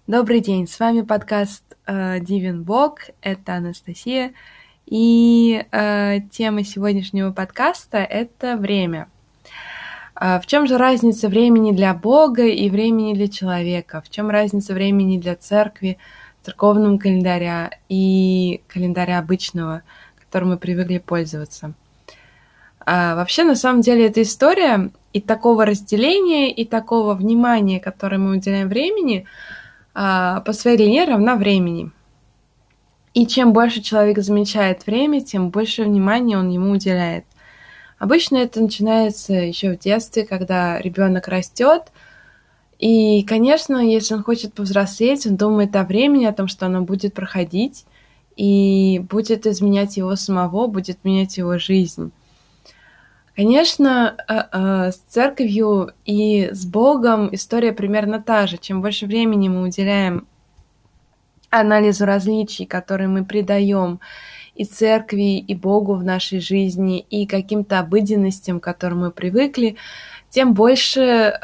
Добрый день, с вами подкаст «Дивен Бог», это Анастасия, и тема сегодняшнего подкаста — это время. В чем же разница времени для Бога и времени для человека? В чем разница времени для церкви, церковного календаря и календаря обычного, которым мы привыкли пользоваться? Вообще, на самом деле, эта история и такого разделения, и такого внимания, которое мы уделяем времени, по своей длине равна времени. И чем больше человек замечает время, тем больше внимания он ему уделяет. Обычно это начинается еще в детстве, когда ребенок растет. И, конечно, если он хочет повзрослеть, он думает о времени, о том, что оно будет проходить и будет изменять его самого, будет менять его жизнь. Конечно, с церковью и с Богом история примерно та же. Чем больше времени мы уделяем анализу различий, которые мы придаем и церкви, и Богу в нашей жизни, и каким-то обыденностям, к которым мы привыкли, тем больше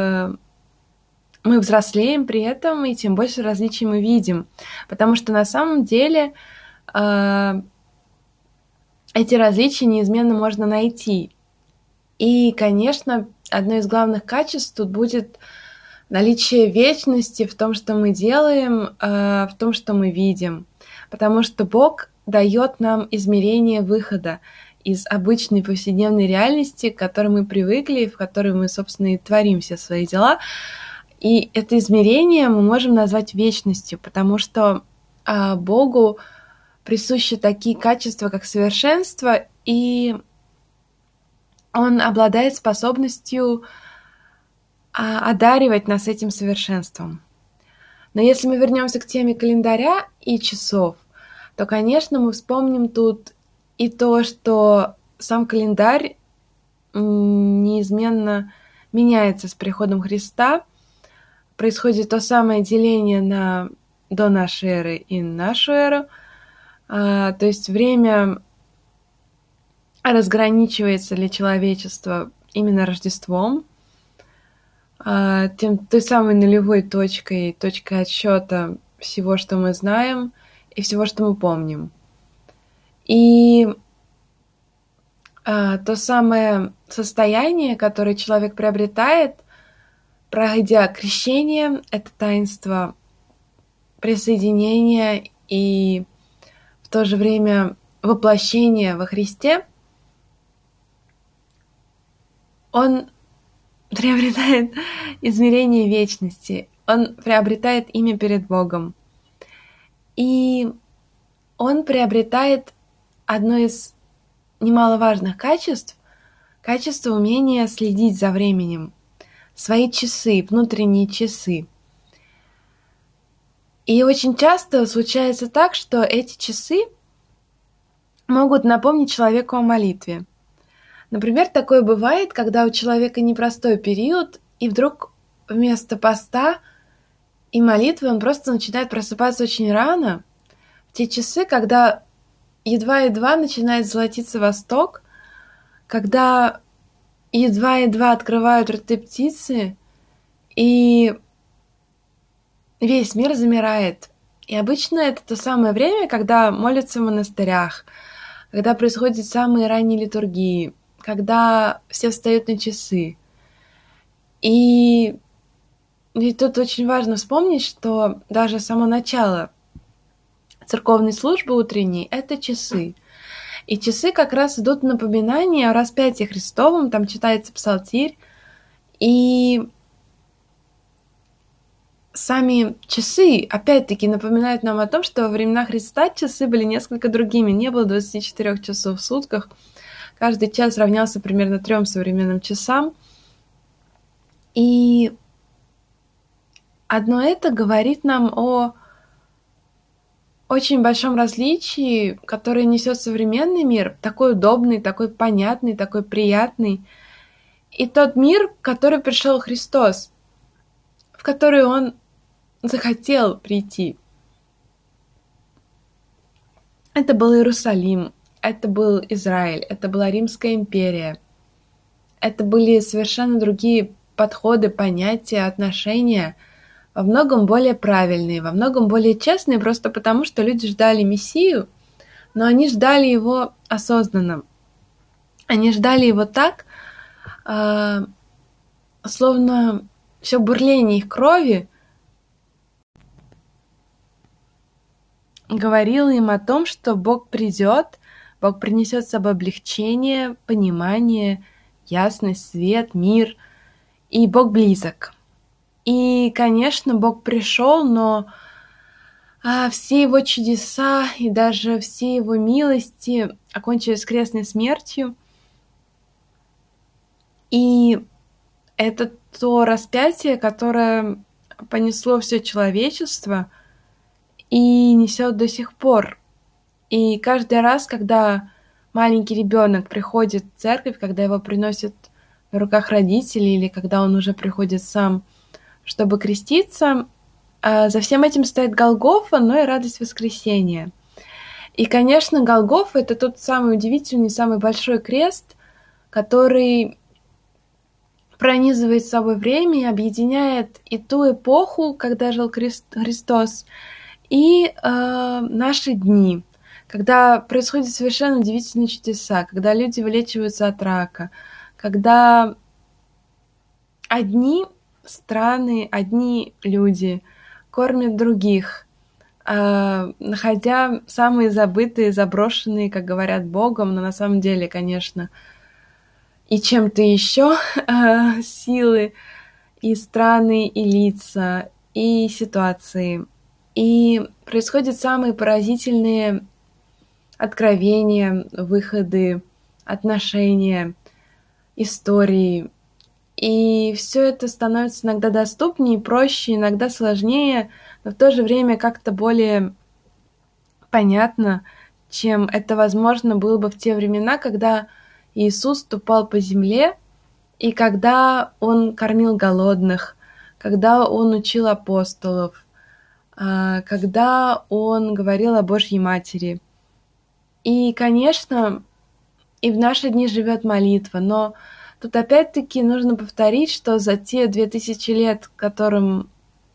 мы взрослеем при этом, и тем больше различий мы видим. Потому что на самом деле эти различия неизменно можно найти. И, конечно, одно из главных качеств тут будет наличие вечности в том, что мы делаем, в том, что мы видим. Потому что Бог дает нам измерение выхода из обычной повседневной реальности, к которой мы привыкли, в которой мы, собственно, и творим все свои дела. И это измерение мы можем назвать вечностью, потому что Богу присущи такие качества, как совершенство, и Он обладает способностью одаривать нас этим совершенством. Но если мы вернемся к теме календаря и часов, то, конечно, мы вспомним тут и то, что сам календарь неизменно меняется с приходом Христа. Происходит то самое деление на до нашей эры и нашу эру. То есть время разграничивается для человечества именно Рождеством, той самой нулевой точкой отсчета всего, что мы знаем, и всего, что мы помним. И то самое состояние, которое человек приобретает, пройдя крещение, это таинство присоединения и в то же время воплощения во Христе, он приобретает измерение вечности, он приобретает имя перед Богом. И он приобретает одно из немаловажных качеств — качество умения следить за временем, свои часы, внутренние часы. И очень часто случается так, что эти часы могут напомнить человеку о молитве. Например, такое бывает, когда у человека непростой период, и вдруг вместо поста и молитвы он просто начинает просыпаться очень рано, в те часы, когда едва-едва начинает золотиться восток, когда едва-едва открывают рты птицы, и весь мир замирает. И обычно это то самое время, когда молятся в монастырях, когда происходят самые ранние литургии, когда все встают на часы. И тут очень важно вспомнить, что даже само начало церковной службы утренней — это часы. И часы как раз идут напоминание о распятии Христовом, там читается псалтирь, и сами часы, опять-таки, напоминают нам о том, что во времена Христа часы были несколько другими. Не было 24 часов в сутках. Каждый час равнялся примерно 3 современным часам. И одно это говорит нам о очень большом различии, которое несет современный мир, такой удобный, такой понятный, такой приятный, и тот мир, в который пришел Христос, в который Он захотел прийти. Это был Иерусалим, это был Израиль, это была Римская империя. Это были совершенно другие подходы, понятия, отношения во многом более правильные, во многом более честные, просто потому что люди ждали Мессию, но они ждали его осознанно. Они ждали его так, словно все бурление их крови говорило им о том, что Бог придет, Бог принесет с собой облегчение, понимание, ясность, свет, мир, и Бог близок. И, конечно, Бог пришел, но все его чудеса и даже все его милости окончились крестной смертью. И это то распятие, которое понесло все человечество и несет до сих пор. И каждый раз, когда маленький ребенок приходит в церковь, когда его приносят на руках родители, или когда он уже приходит сам, чтобы креститься, за всем этим стоит Голгофа, но и радость воскресения. И, конечно, Голгофа — это тот самый удивительный, самый большой крест, который пронизывает с собой время и объединяет и ту эпоху, когда жил Христос, и наши дни, когда происходят совершенно удивительные чудеса, когда люди вылечиваются от рака, когда одни страны, одни люди кормят других, находя самые забытые, заброшенные, как говорят, Богом, но на самом деле, конечно, и чем-то еще силы, и страны, и лица, и ситуации. И происходят самые поразительные откровения, выходы, отношения, истории. И все это становится иногда доступнее, проще, иногда сложнее, но в то же время как-то более понятно, чем это возможно было бы в те времена, когда Иисус ступал по земле, и когда Он кормил голодных, когда Он учил апостолов, когда Он говорил о Божьей Матери. И, конечно, и в наши дни живет молитва, но тут опять-таки нужно повторить, что за те 2000 лет, к которым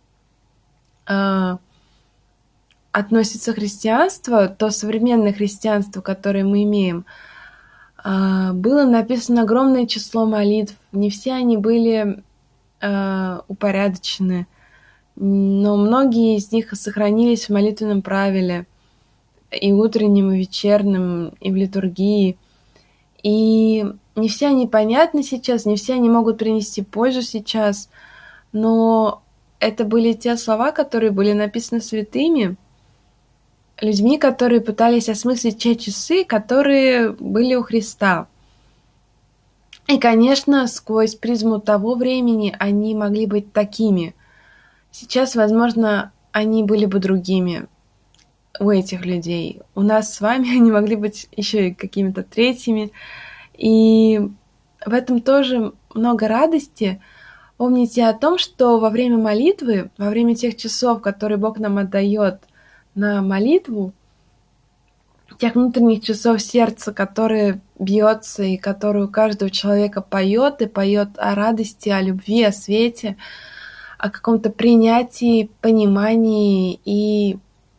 относится христианство, то современное христианство, которое мы имеем, было написано огромное число молитв. Не все они были упорядочены, но многие из них сохранились в молитвенном правиле, и утреннем, и вечернем, и в литургии. И не все они понятны сейчас, не все они могут принести пользу сейчас, но это были те слова, которые были написаны святыми, людьми, которые пытались осмыслить те часы, которые были у Христа. И, конечно, сквозь призму того времени они могли быть такими. Сейчас, возможно, они были бы другими у этих людей. У нас с вами они могли быть еще и какими-то третьими. И в этом тоже много радости. Помните о том, что во время молитвы, во время тех часов, которые Бог нам отдает на молитву, тех внутренних часов сердца, которые бьется и которые у каждого человека поет, и поет о радости, о любви, о свете, о каком-то принятии, понимании и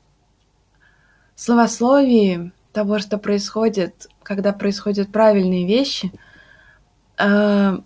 словословии того, что происходит, когда происходят правильные вещи, то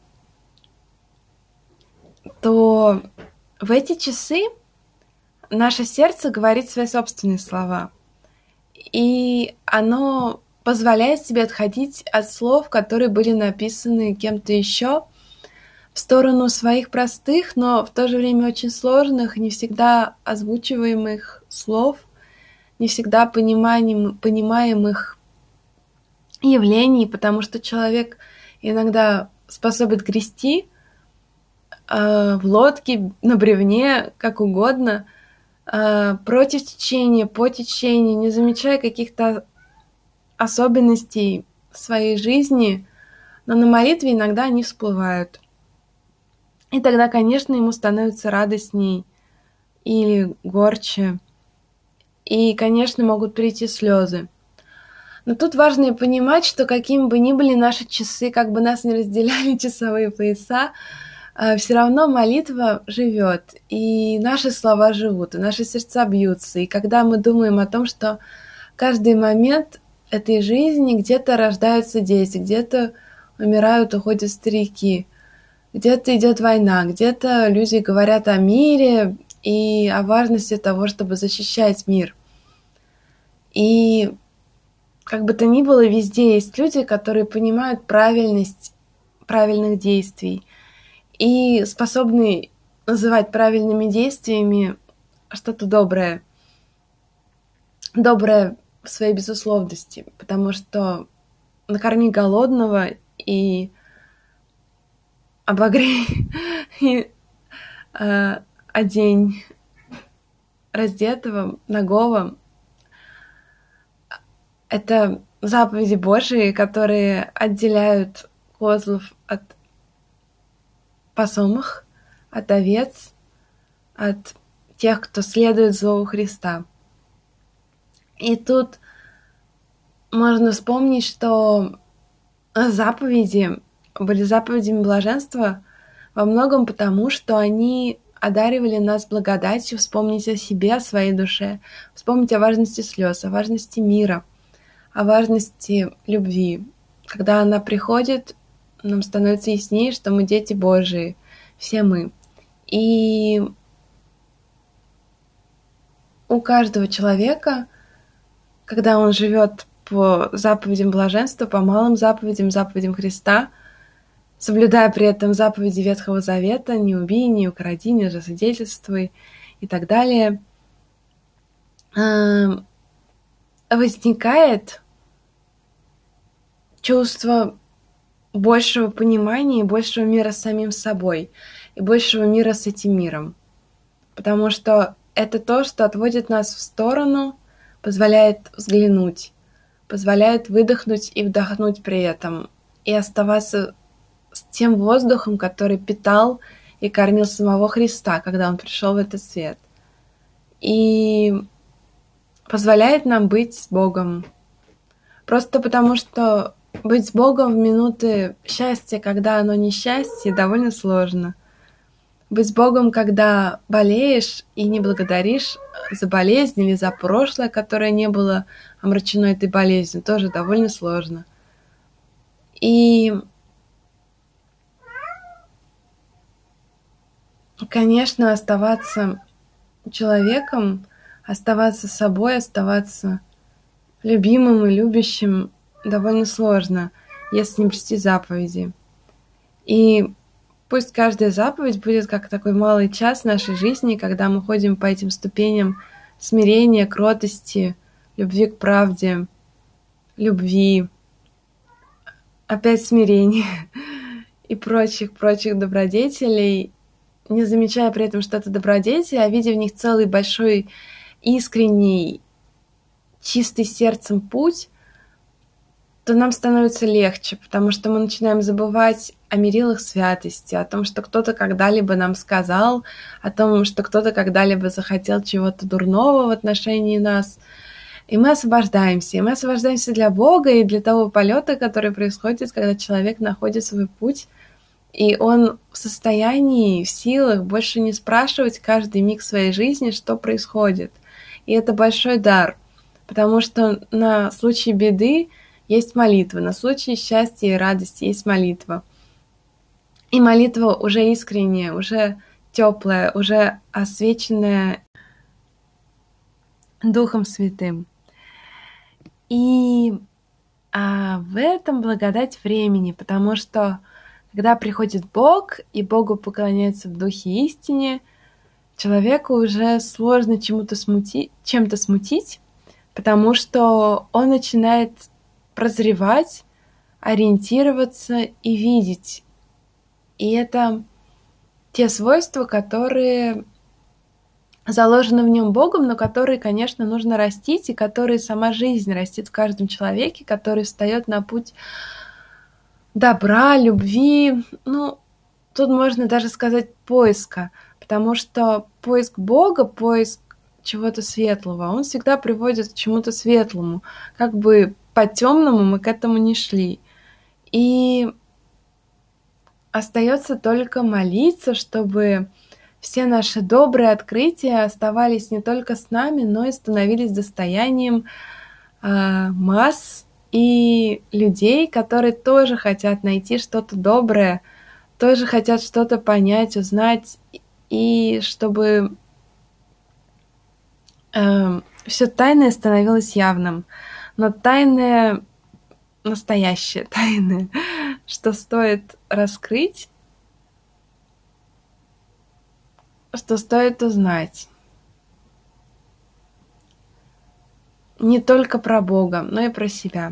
в эти часы наше сердце говорит свои собственные слова. И оно позволяет себе отходить от слов, которые были написаны кем-то еще, в сторону своих простых, но в то же время очень сложных, не всегда озвучиваемых слов, не всегда понимаемых явлений, потому что человек иногда способен грести в лодке, на бревне, как угодно, против течения, по течению, не замечая каких-то особенностей своей жизни, но на молитве иногда они всплывают. И тогда, конечно, ему становится радостней или горче. И, конечно, могут прийти слезы. Но тут важно понимать, что какими бы ни были наши часы, как бы нас ни разделяли часовые пояса, все равно молитва живет, и наши слова живут, и наши сердца бьются. И когда мы думаем о том, что каждый момент этой жизни где-то рождаются дети, где-то умирают, уходят старики, где-то идет война, где-то люди говорят о мире и о важности того, чтобы защищать мир. И как бы то ни было, везде есть люди, которые понимают правильность правильных действий и способны называть правильными действиями что-то доброе. Доброе в своей безусловности, потому что накорми голодного и обогрей и одень раздетого, нагого. Это заповеди Божии, которые отделяют козлов от посомых, от овец, от тех, кто следует зову Христа. И тут можно вспомнить, что заповеди были заповедями блаженства во многом потому, что они одаривали нас благодатью вспомнить о себе, о своей душе, вспомнить о важности слез, о важности мира, о важности любви. Когда она приходит, нам становится яснее, что мы дети Божии, все мы. И у каждого человека, когда он живет по заповедям блаженства, по малым заповедям, заповедям Христа, соблюдая при этом заповеди Ветхого Завета, не убий, не укради, не лжесвидетельствуй и так далее, возникает чувство большего понимания и большего мира с самим собой, и большего мира с этим миром. Потому что это то, что отводит нас в сторону, позволяет взглянуть, позволяет выдохнуть и вдохнуть при этом, и оставаться с тем воздухом, который питал и кормил самого Христа, когда Он пришел в этот свет. И позволяет нам быть с Богом. Просто потому, что быть с Богом в минуты счастья, когда оно не счастье, довольно сложно. Быть с Богом, когда болеешь и не благодаришь за болезнь или за прошлое, которое не было омрачено этой болезнью, тоже довольно сложно. И, конечно, оставаться человеком, оставаться собой, оставаться любимым и любящим довольно сложно, если не блюсти заповеди. И пусть каждая заповедь будет как такой малый час нашей жизни, когда мы ходим по этим ступеням смирения, кротости, любви к правде, любви, опять смирения и прочих добродетелей, не замечая при этом, что это добродетели, а видя в них целый большой, искренний, чистый сердцем путь, то нам становится легче, потому что мы начинаем забывать о мерилах святости, о том, что кто-то когда-либо нам сказал, о том, что кто-то когда-либо захотел чего-то дурного в отношении нас. И мы освобождаемся. И мы освобождаемся для Бога и для того полета, который происходит, когда человек находит свой путь, и он в состоянии, в силах больше не спрашивать каждый миг своей жизни, что происходит. И это большой дар, потому что на случай беды есть молитва, на случай счастья и радости есть молитва. И молитва уже искренняя, уже теплая, уже освеченная Духом Святым. И в этом благодать времени, потому что когда приходит Бог, и Богу поклоняются в духе истине, человеку уже сложно чем-то смутить, потому что он начинает прозревать, ориентироваться и видеть. И это те свойства, которые заложены в нем Богом, но которые, конечно, нужно растить, и которые сама жизнь растит в каждом человеке, который встает на путь добра, любви. Тут можно даже сказать поиска, потому что поиск Бога, поиск чего-то светлого, он всегда приводит к чему-то светлому, как бы по темному мы к этому не шли. И остается только молиться, чтобы все наши добрые открытия оставались не только с нами, но и становились достоянием масс и людей, которые тоже хотят найти что-то доброе, тоже хотят что-то понять, узнать, и чтобы все тайное становилось явным. Но тайное, настоящее тайное, что стоит раскрыть, что стоит узнать. Не только про Бога, но и про себя.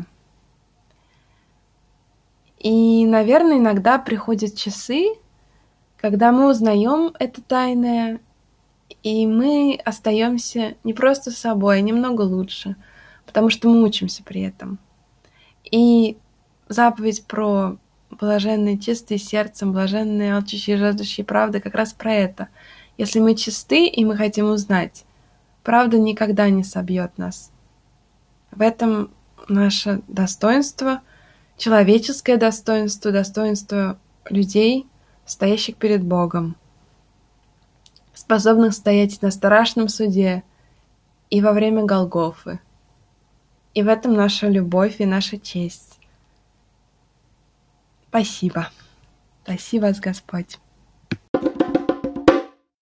И, наверное, иногда приходят часы, когда мы узнаем это тайное, и мы остаемся не просто собой, а немного лучше, потому что мы учимся при этом. И заповедь про блаженные чистые сердцем, блаженные алчущие, жаждущие правды как раз про это. Если мы чисты и мы хотим узнать, правда никогда не собьет нас. В этом наше достоинство, человеческое достоинство, достоинство людей, стоящих перед Богом, способных стоять на страшном суде и во время Голгофы. И в этом наша любовь и наша честь. Спасибо. Спаси вас, Господь.